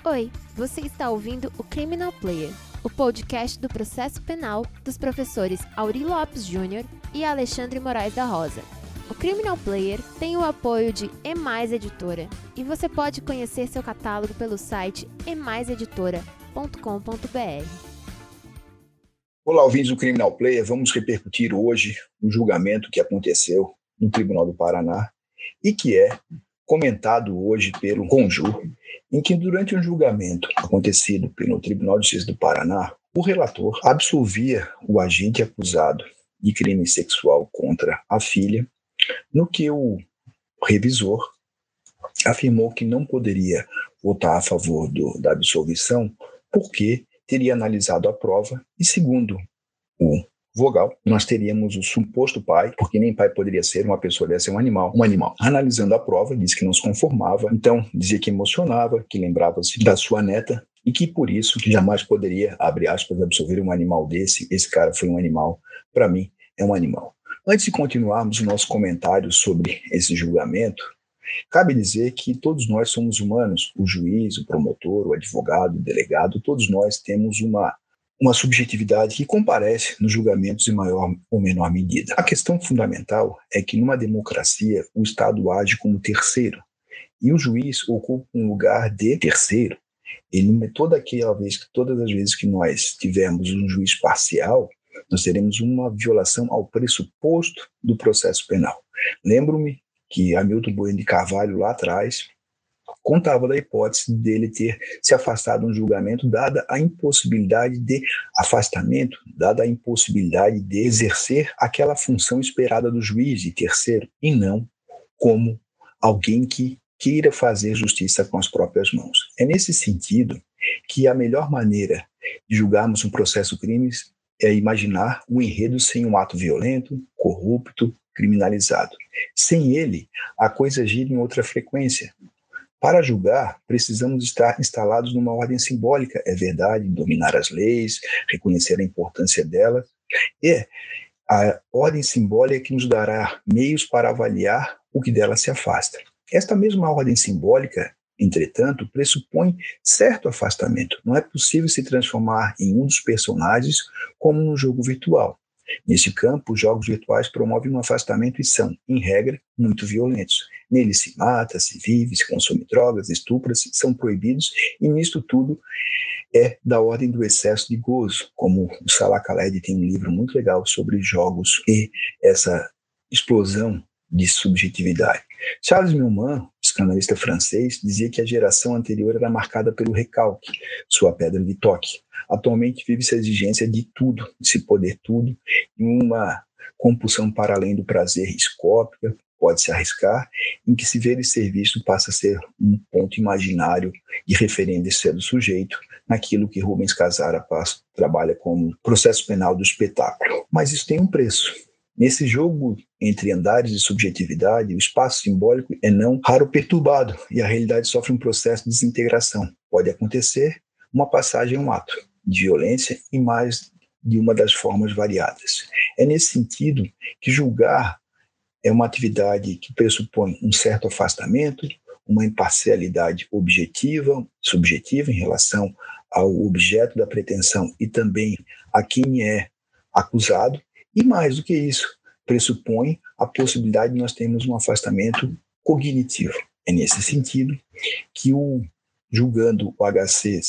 Oi, você está ouvindo o Criminal Player, o podcast do processo penal dos professores Auri Lopes Júnior e Alexandre Moraes da Rosa. O Criminal Player tem o apoio de E+ Editora e você pode conhecer seu catálogo pelo site emaiseditora.com.br. Olá, ouvintes do Criminal Player, vamos repercutir hoje o julgamento que aconteceu no Tribunal do Paraná e que é comentado hoje pelo Conjur, em que durante um julgamento acontecido pelo Tribunal de Justiça do Paraná, o relator absolvia o agente acusado de crime sexual contra a filha, no que o revisor afirmou que não poderia votar a favor da absolvição porque teria analisado a prova e, segundo o vogal, nós teríamos o suposto pai, porque nem pai poderia ser, uma pessoa dessa é um animal. Analisando a prova, disse que não se conformava, então dizia que emocionava, que lembrava-se da sua neta e que por isso jamais poderia, abre aspas, absolver um animal desse. Esse cara foi um animal, para mim é um animal. Antes de continuarmos o nosso comentário sobre esse julgamento, cabe dizer que todos nós somos humanos, o juiz, o promotor, o advogado, o delegado, todos nós temos uma subjetividade que comparece nos julgamentos em maior ou menor medida. A questão fundamental é que numa democracia o Estado age como terceiro e o juiz ocupa um lugar de terceiro. Todas as vezes que nós tivermos um juiz parcial, nós teremos uma violação ao pressuposto do processo penal. Lembro-me que Hamilton Bueno de Carvalho, lá atrás, contava da hipótese dele ter se afastado de um julgamento, dada a impossibilidade de afastamento, dada a impossibilidade de exercer aquela função esperada do juiz de terceiro, e não como alguém que queira fazer justiça com as próprias mãos. É nesse sentido que a melhor maneira de julgarmos um processo crime é imaginar um enredo sem um ato violento, corrupto, criminalizado. Sem ele, a coisa gira em outra frequência. Para julgar, precisamos estar instalados numa ordem simbólica, é verdade, dominar as leis, reconhecer a importância delas. E a ordem simbólica que nos dará meios para avaliar o que dela se afasta. Esta mesma ordem simbólica, entretanto, pressupõe certo afastamento. Não é possível se transformar em um dos personagens como no jogo virtual. Nesse campo, os jogos virtuais promovem um afastamento e são, em regra, muito violentos. Neles se mata, se vive, se consome drogas, estupra-se, são proibidos, e nisto tudo é da ordem do excesso de gozo, como o Salah Khaled tem um livro muito legal sobre jogos e essa explosão de subjetividade. Charles Millman, psicanalista francês, dizia que a geração anterior era marcada pelo recalque, sua pedra de toque. Atualmente vive-se a exigência de tudo, de se poder tudo, e uma compulsão para além do prazer escópica, pode-se arriscar, em que se ver e ser visto passa a ser um ponto imaginário de referência do sujeito, naquilo que Rubens Casara trabalha como processo penal do espetáculo. Mas isso tem um preço. Nesse jogo entre andares de subjetividade, o espaço simbólico é não raro perturbado e a realidade sofre um processo de desintegração. Pode acontecer uma passagem a um ato de violência em mais de uma das formas variadas. É nesse sentido que julgar é uma atividade que pressupõe um certo afastamento, uma imparcialidade subjetiva em relação ao objeto da pretensão e também a quem é acusado, e mais do que isso, pressupõe a possibilidade de nós termos um afastamento cognitivo. É nesse sentido que julgando o HC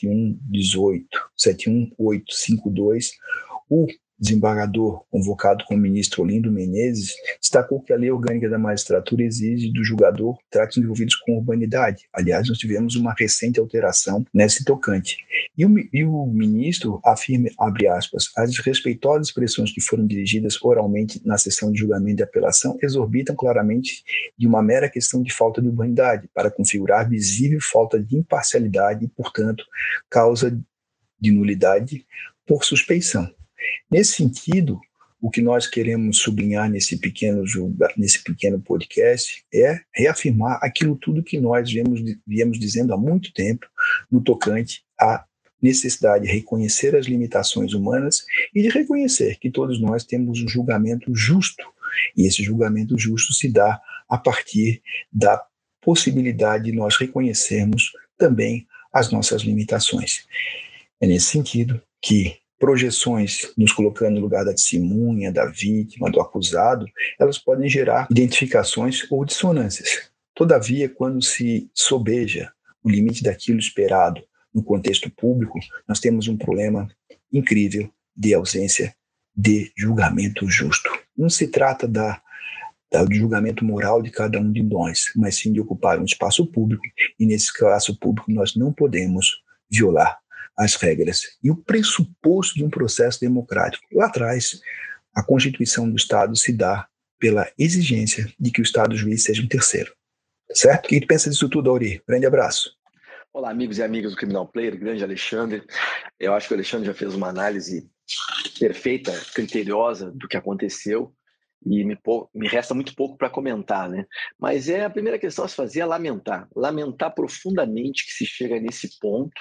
71852, o desembargador convocado como ministro Olindo Menezes destacou que a lei orgânica da magistratura exige do julgador tratos envolvidos com urbanidade. Aliás, nós tivemos uma recente alteração nesse tocante. E o ministro afirma, abre aspas, as desrespeitosas expressões que foram dirigidas oralmente na sessão de julgamento de apelação exorbitam claramente de uma mera questão de falta de urbanidade, para configurar visível falta de imparcialidade e, portanto, causa de nulidade por suspeição. Nesse sentido, o que nós queremos sublinhar nesse pequeno podcast é reafirmar aquilo tudo que nós viemos dizendo há muito tempo no tocante à necessidade de reconhecer as limitações humanas e de reconhecer que todos nós temos um julgamento justo, e esse julgamento justo se dá a partir da possibilidade de nós reconhecermos também as nossas limitações. É nesse sentido que projeções nos colocando no lugar da testemunha, da vítima, do acusado, elas podem gerar identificações ou dissonâncias. Todavia, quando se sobeja o limite daquilo esperado no contexto público, nós temos um problema incrível de ausência de julgamento justo. Não se trata do julgamento moral de cada um de nós, mas sim de ocupar um espaço público, e nesse espaço público nós não podemos violar as regras e o pressuposto de um processo democrático. Lá atrás, a Constituição do Estado se dá pela exigência de que o Estado juiz seja um terceiro. Certo? O que tu pensa disso tudo, Auri? Grande abraço. Olá, amigos e amigas do Criminal Player, grande Alexandre. Eu acho que o Alexandre já fez uma análise perfeita, criteriosa do que aconteceu e me resta muito pouco para comentar, né? Mas a primeira questão a se fazer é lamentar profundamente que se chegue nesse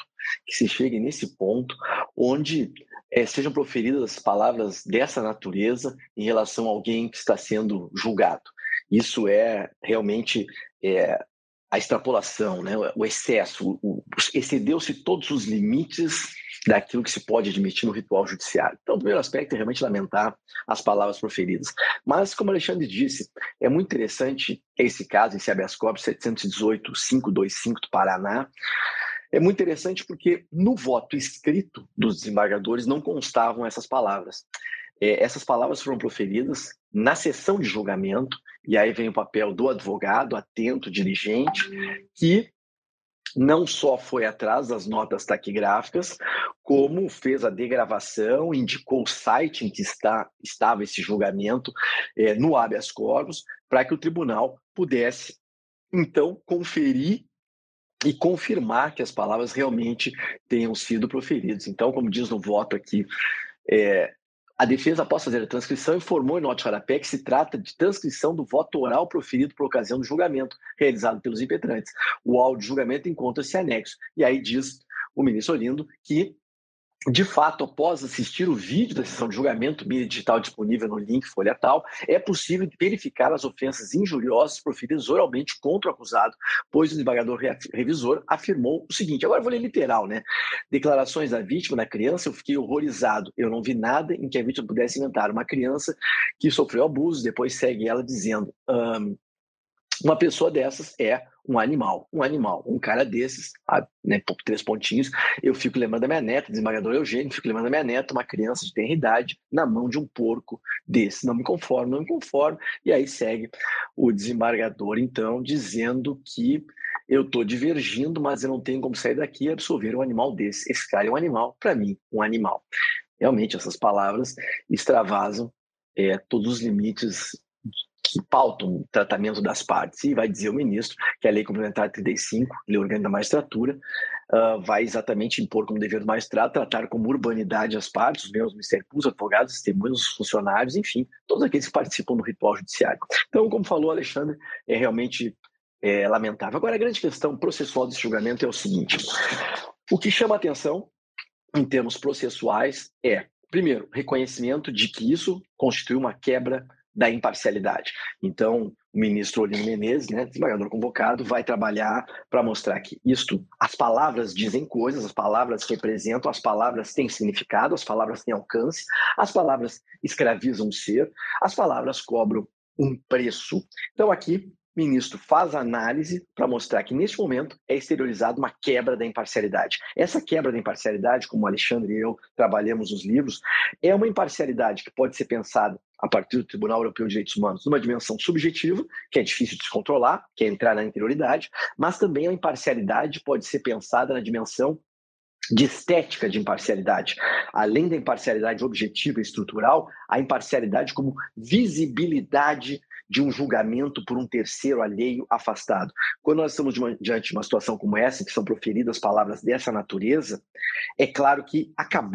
ponto onde sejam proferidas palavras dessa natureza em relação a alguém que está sendo julgado. Isso é realmente a extrapolação, né? O excesso, excedeu-se todos os limites daquilo que se pode admitir no ritual judiciário. Então, o primeiro aspecto é realmente lamentar as palavras proferidas. Mas, como o Alexandre disse, é muito interessante esse caso, esse habeas corpus 718.525 do Paraná. É muito interessante porque no voto escrito dos desembargadores não constavam essas palavras. Essas palavras foram proferidas na sessão de julgamento, e aí vem o papel do advogado, atento, diligente, que não só foi atrás das notas taquigráficas, como fez a degravação, indicou o site em que estava esse julgamento no habeas corpus, para que o tribunal pudesse, então, conferir e confirmar que as palavras realmente tenham sido proferidas. Então, como diz no voto aqui, a defesa, após fazer a transcrição, informou em nota de rodapé que se trata de transcrição do voto oral proferido por ocasião do julgamento, realizado pelos impetrantes. O áudio de julgamento encontra-se anexo. E aí diz o ministro Olindo que, de fato, após assistir o vídeo da sessão de julgamento, mídia digital disponível no link Folha Tal, é possível verificar as ofensas injuriosas proferidas oralmente contra o acusado, pois o desembargador revisor afirmou o seguinte, agora eu vou ler literal, né? Declarações da vítima, da criança, eu fiquei horrorizado, eu não vi nada em que a vítima pudesse inventar. Uma criança que sofreu abuso, depois segue ela dizendo... uma pessoa dessas é um animal, um cara desses, né, 3 pontinhos, eu fico lembrando da minha neta, desembargador Eugênio, fico lembrando da minha neta, uma criança de tenra idade, na mão de um porco desse, não me conformo, e aí segue o desembargador, então, dizendo que eu estou divergindo, mas eu não tenho como sair daqui e absolver um animal desse, esse cara é um animal, para mim, um animal. Realmente, essas palavras extravasam todos os limites que pautam o tratamento das partes. E vai dizer o ministro que a Lei Complementar 35, Lei Orgânica da Magistratura, vai exatamente impor como dever do magistrado tratar como urbanidade as partes, os membros do Ministério Público, os advogados, os testemunhas, os funcionários, enfim, todos aqueles que participam do ritual judiciário. Então, como falou Alexandre, é realmente lamentável. Agora, a grande questão processual desse julgamento é o seguinte: o que chama atenção em termos processuais primeiro, reconhecimento de que isso constitui uma quebra da imparcialidade. Então, o ministro Olino Menezes, né, desembargador convocado, vai trabalhar para mostrar que as palavras dizem coisas, as palavras representam, as palavras têm significado, as palavras têm alcance, as palavras escravizam o ser, as palavras cobram um preço. Então, aqui, o ministro faz a análise para mostrar que, neste momento, é exteriorizada uma quebra da imparcialidade. Essa quebra da imparcialidade, como o Alexandre e eu trabalhamos nos livros, é uma imparcialidade que pode ser pensada a partir do Tribunal Europeu de Direitos Humanos numa dimensão subjetiva, que é difícil de se controlar, que é entrar na interioridade, mas também a imparcialidade pode ser pensada na dimensão de estética de imparcialidade. Além da imparcialidade objetiva e estrutural, a imparcialidade como visibilidade de um julgamento por um terceiro alheio afastado. Quando nós estamos diante de uma situação como essa, que são proferidas palavras dessa natureza, é claro que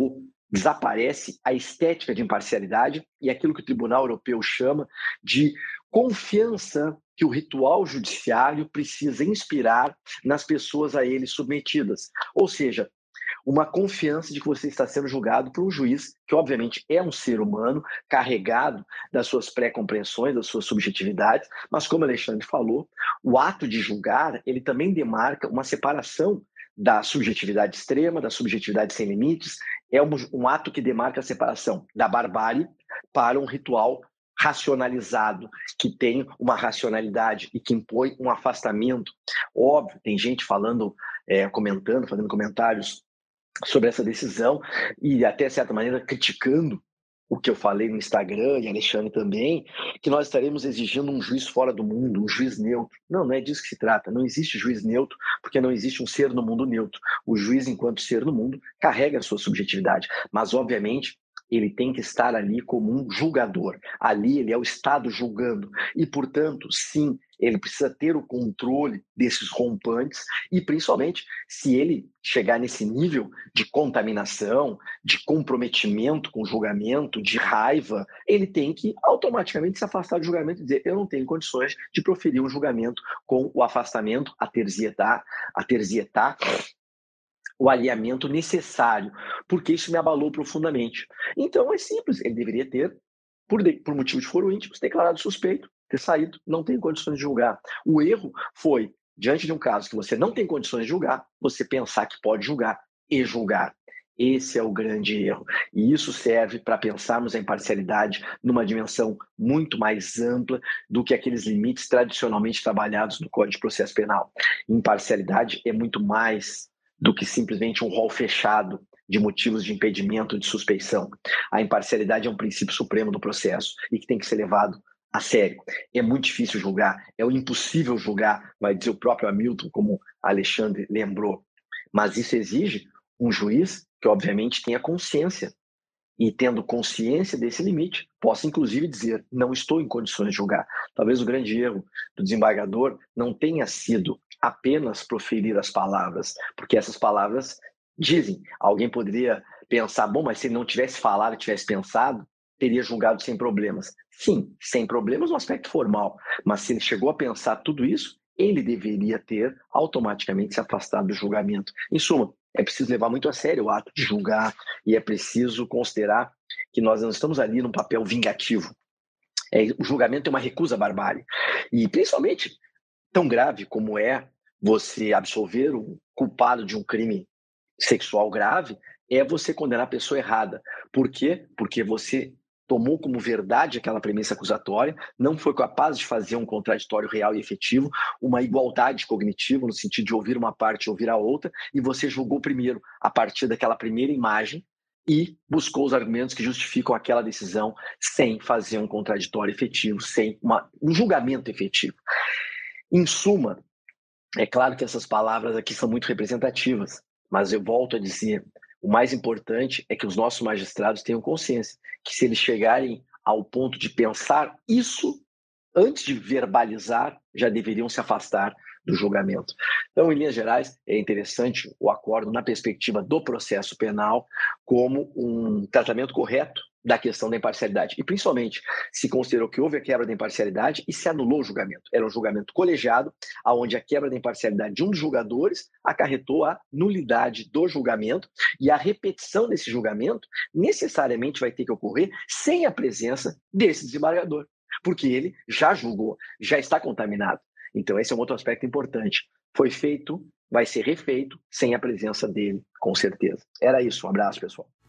desaparece a estética de imparcialidade e aquilo que o Tribunal Europeu chama de confiança que o ritual judiciário precisa inspirar nas pessoas a ele submetidas. Ou seja, uma confiança de que você está sendo julgado por um juiz que, obviamente, é um ser humano carregado das suas pré-compreensões, das suas subjetividades, mas, como o Alexandre falou, o ato de julgar, ele também demarca uma separação da subjetividade extrema, da subjetividade sem limites. É um ato que demarca a separação da barbárie para um ritual racionalizado, que tem uma racionalidade e que impõe um afastamento. Óbvio, tem gente falando, comentando, fazendo comentários sobre essa decisão e até, de certa maneira, criticando o que eu falei no Instagram, e Alexandre também, que nós estaremos exigindo um juiz fora do mundo, um juiz neutro. Não, não é disso que se trata. Não existe juiz neutro, porque não existe um ser no mundo neutro. O juiz, enquanto ser no mundo, carrega a sua subjetividade. Mas, obviamente, ele tem que estar ali como um julgador. Ali ele é o Estado julgando. E, portanto, sim, ele precisa ter o controle desses rompantes e, principalmente, se ele chegar nesse nível de contaminação, de comprometimento com o julgamento, de raiva, ele tem que automaticamente se afastar do julgamento e dizer: eu não tenho condições de proferir um julgamento com o afastamento, a terzietar, o alinhamento necessário, porque isso me abalou profundamente. Então é simples, ele deveria ter, por motivo de foro íntimo, declarado suspeito, ter saído, não tem condições de julgar. O erro foi, diante de um caso que você não tem condições de julgar, você pensar que pode julgar e julgar. Esse é o grande erro. E isso serve para pensarmos a imparcialidade numa dimensão muito mais ampla do que aqueles limites tradicionalmente trabalhados no Código de Processo Penal. Imparcialidade é muito mais do que simplesmente um rol fechado de motivos de impedimento, de suspeição. A imparcialidade é um princípio supremo do processo e que tem que ser levado a sério. É muito difícil julgar, é impossível julgar, vai dizer o próprio Hamilton, como Alexandre lembrou. Mas isso exige um juiz que, obviamente, tenha consciência e, tendo consciência desse limite, possa, inclusive, dizer: não estou em condições de julgar. Talvez o grande erro do desembargador não tenha sido apenas proferir as palavras, porque essas palavras dizem. Alguém poderia pensar: bom, mas se ele não tivesse falado, tivesse pensado, teria julgado sem problemas. Sim, sem problemas no aspecto formal, mas se ele chegou a pensar tudo isso, ele deveria ter automaticamente se afastado do julgamento. Em suma, é preciso levar muito a sério o ato de julgar e é preciso considerar que nós não estamos ali num papel vingativo. O julgamento é uma recusa à barbárie. E, principalmente, tão grave como é você absolver o culpado de um crime sexual grave, é você condenar a pessoa errada. Por quê? Porque você tomou como verdade aquela premissa acusatória, não foi capaz de fazer um contraditório real e efetivo, uma igualdade cognitiva, no sentido de ouvir uma parte e ouvir a outra, e você julgou primeiro a partir daquela primeira imagem e buscou os argumentos que justificam aquela decisão sem fazer um contraditório efetivo, sem um julgamento efetivo. Em suma, é claro que essas palavras aqui são muito representativas, mas eu volto a dizer: o mais importante é que os nossos magistrados tenham consciência que, se eles chegarem ao ponto de pensar isso, antes de verbalizar, já deveriam se afastar do julgamento. Então, em linhas gerais, é interessante o acordo na perspectiva do processo penal como um tratamento correto da questão da imparcialidade. E, principalmente, se considerou que houve a quebra da imparcialidade e se anulou o julgamento. Era um julgamento colegiado, onde a quebra da imparcialidade de um dos julgadores acarretou a nulidade do julgamento, e a repetição desse julgamento necessariamente vai ter que ocorrer sem a presença desse desembargador, porque ele já julgou, já está contaminado. Então, esse é um outro aspecto importante. Foi feito, vai ser refeito sem a presença dele, com certeza. Era isso. Um abraço, pessoal.